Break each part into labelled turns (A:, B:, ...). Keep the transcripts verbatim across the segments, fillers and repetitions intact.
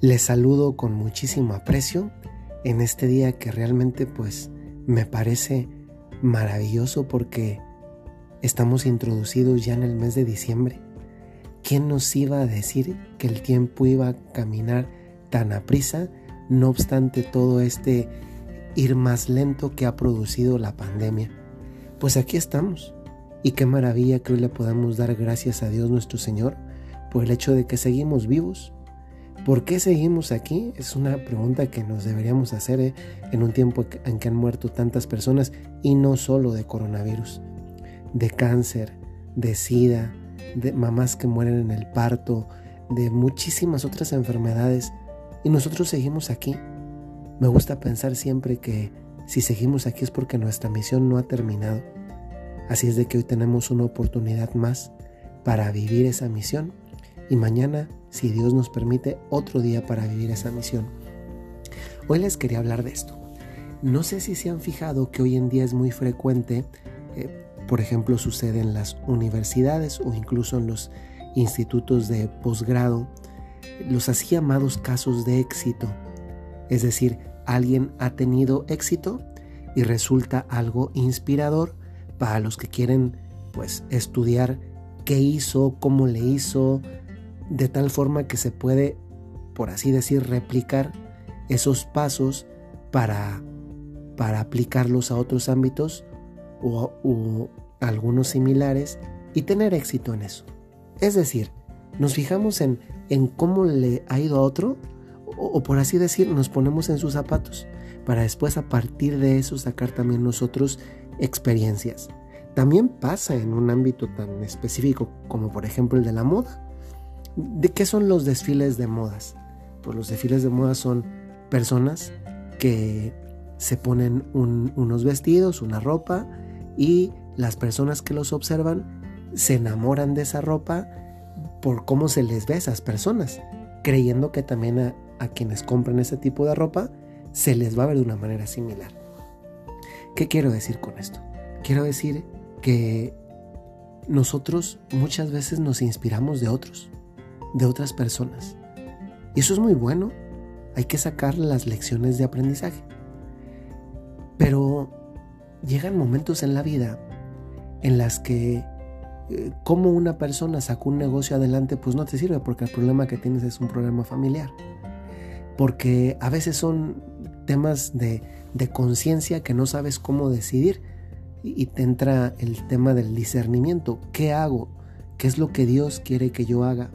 A: Les saludo con muchísimo aprecio en este día que realmente pues me parece maravilloso porque estamos introducidos ya en el mes de diciembre. ¿Quién nos iba a decir que el tiempo iba a caminar tan aprisa, no obstante todo este ir más lento que ha producido la pandemia? Pues aquí estamos, y qué maravilla que hoy le podamos dar gracias a Dios nuestro Señor por el hecho de que seguimos vivos. ¿Por qué seguimos aquí? Es una pregunta que nos deberíamos hacer ¿eh? en un tiempo en que han muerto tantas personas, y no solo de coronavirus, de cáncer, de sida, de mamás que mueren en el parto, de muchísimas otras enfermedades, y nosotros seguimos aquí. Me gusta pensar siempre que si seguimos aquí es porque nuestra misión no ha terminado. Así es de que hoy tenemos una oportunidad más para vivir esa misión, y mañana, si Dios nos permite, otro día para vivir esa misión. Hoy les quería hablar de esto. No sé si se han fijado que hoy en día es muy frecuente, eh, por ejemplo, sucede en las universidades o incluso en los institutos de posgrado, los así llamados casos de éxito. Es decir, alguien ha tenido éxito y resulta algo inspirador para los que quieren pues estudiar qué hizo, cómo le hizo, de tal forma que se puede, por así decir, replicar esos pasos para, para aplicarlos a otros ámbitos o, o algunos similares y tener éxito en eso. Es decir, nos fijamos en, en cómo le ha ido a otro o, o por así decir, nos ponemos en sus zapatos para después a partir de eso sacar también nosotros experiencias. También pasa en un ámbito tan específico como por ejemplo el de la moda. ¿De qué son los desfiles de modas? Pues los desfiles de moda son personas que se ponen un, unos vestidos, una ropa, y las personas que los observan se enamoran de esa ropa por cómo se les ve a esas personas, creyendo que también a, a quienes compran ese tipo de ropa se les va a ver de una manera similar. ¿Qué quiero decir con esto? Quiero decir que nosotros muchas veces nos inspiramos de otros, de otras personas. Y eso es muy bueno. Hay que sacar las lecciones de aprendizaje. Pero llegan momentos en la vida en las que eh, como una persona sacó un negocio adelante, pues no te sirve porque el problema que tienes es un problema familiar. Porque a veces son temas de, de conciencia que no sabes cómo decidir, y, y te entra el tema del discernimiento. ¿Qué hago? ¿Qué es lo que Dios quiere que yo haga?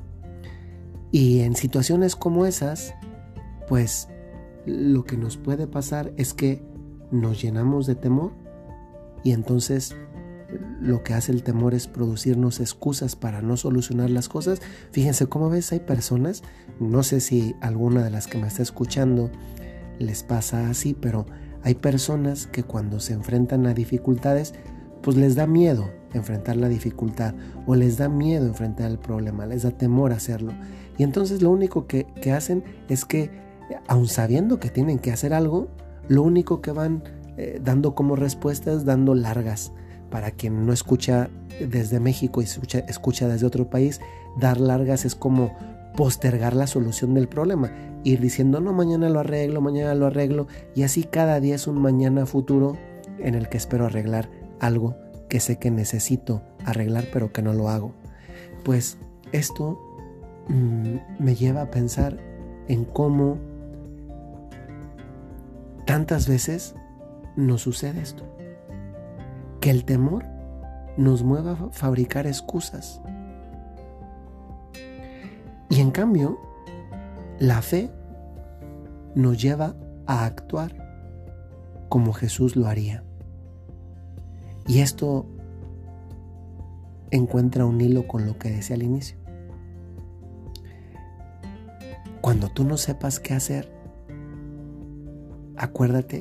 A: Y en situaciones como esas, pues lo que nos puede pasar es que nos llenamos de temor, y entonces lo que hace el temor es producirnos excusas para no solucionar las cosas. Fíjense cómo a veces hay personas, no sé si alguna de las que me está escuchando les pasa así, pero hay personas que cuando se enfrentan a dificultades, pues les da miedo enfrentar la dificultad, o les da miedo enfrentar el problema, les da temor hacerlo. Y entonces lo único que, que hacen es que, aun sabiendo que tienen que hacer algo, lo único que van eh, dando como respuesta es dando largas. Para quien no escucha desde México y escucha, escucha desde otro país, dar largas es como postergar la solución del problema, ir diciendo no, mañana lo arreglo, mañana lo arreglo, y así cada día es un mañana futuro en el que espero arreglar algo que sé que necesito arreglar pero que no lo hago. Pues esto mmm, me lleva a pensar en cómo tantas veces nos sucede esto, que el temor nos mueva a fabricar excusas, y en cambio la fe nos lleva a actuar como Jesús lo haría. Y esto encuentra un hilo con lo que decía al inicio. Cuando tú no sepas qué hacer, acuérdate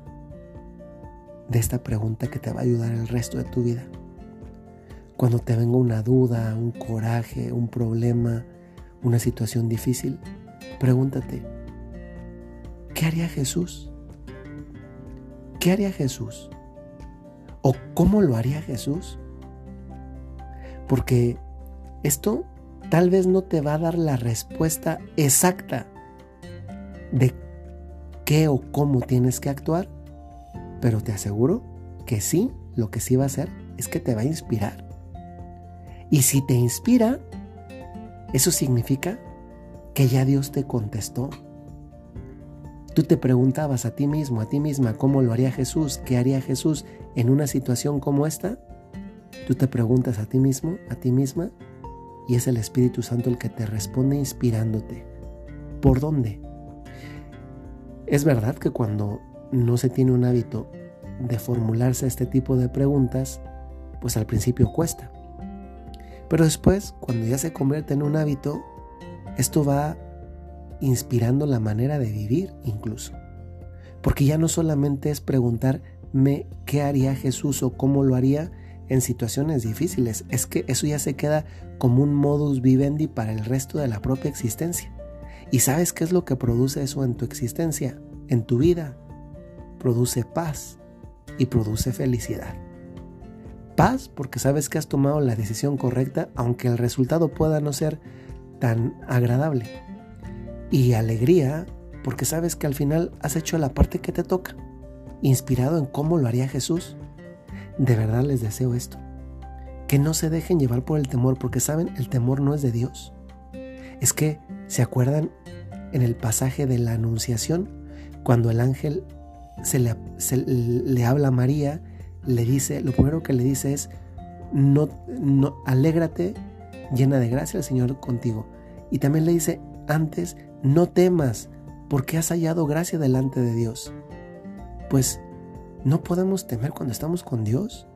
A: de esta pregunta que te va a ayudar el resto de tu vida. Cuando te venga una duda, un coraje, un problema, una situación difícil, pregúntate, ¿qué haría Jesús? ¿Qué haría Jesús? ¿O cómo lo haría Jesús? Porque esto tal vez no te va a dar la respuesta exacta de qué o cómo tienes que actuar, pero te aseguro que sí, lo que sí va a hacer es que te va a inspirar. Y si te inspira, eso significa que ya Dios te contestó. Tú te preguntabas a ti mismo, a ti misma, ¿cómo lo haría Jesús? ¿Qué haría Jesús en una situación como esta? Tú te preguntas a ti mismo, a ti misma, y es el Espíritu Santo el que te responde inspirándote. ¿Por dónde? Es verdad que cuando no se tiene un hábito de formularse este tipo de preguntas, pues al principio cuesta. Pero después, cuando ya se convierte en un hábito, esto va inspirando la manera de vivir incluso. Porque ya no solamente es preguntarme qué haría Jesús o cómo lo haría en situaciones difíciles, es que eso ya se queda como un modus vivendi para el resto de la propia existencia. ¿Y sabes qué es lo que produce eso en tu existencia, en tu vida? Produce paz y produce felicidad. Paz porque sabes que has tomado la decisión correcta, aunque el resultado pueda no ser tan agradable. Y alegría porque sabes que al final has hecho la parte que te toca, inspirado en cómo lo haría Jesús. De verdad les deseo esto, que no se dejen llevar por el temor, porque saben, el temor no es de Dios. Es que, ¿se acuerdan en el pasaje de la Anunciación? Cuando el ángel se le, se le habla a María, le dice, lo primero que le dice es, no, no, alégrate, llena de gracia, el Señor contigo. Y también le dice, antes, no temas, porque has hallado gracia delante de Dios. Pues, ¿no podemos temer cuando estamos con Dios?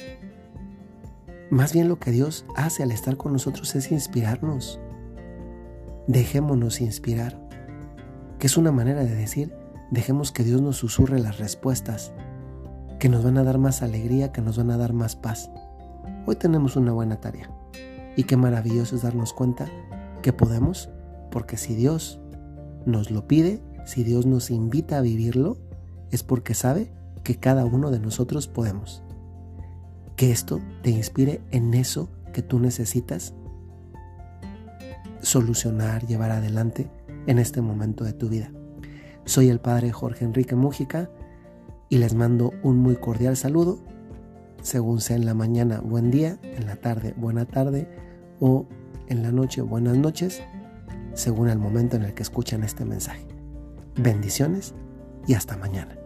A: Más bien lo que Dios hace al estar con nosotros es inspirarnos. Dejémonos inspirar, que es una manera de decir, dejemos que Dios nos susurre las respuestas, que nos van a dar más alegría, que nos van a dar más paz. Hoy tenemos una buena tarea, y qué maravilloso es darnos cuenta que podemos, porque si Dios nos lo pide, si Dios nos invita a vivirlo, es porque sabe que cada uno de nosotros podemos. Que esto te inspire en eso que tú necesitas solucionar, llevar adelante en este momento de tu vida. Soy el Padre Jorge Enrique Mújica y les mando un muy cordial saludo. Según sea en la mañana, buen día, en la tarde, buena tarde, o en la noche, buenas noches, según el momento en el que escuchan este mensaje. Bendiciones y hasta mañana.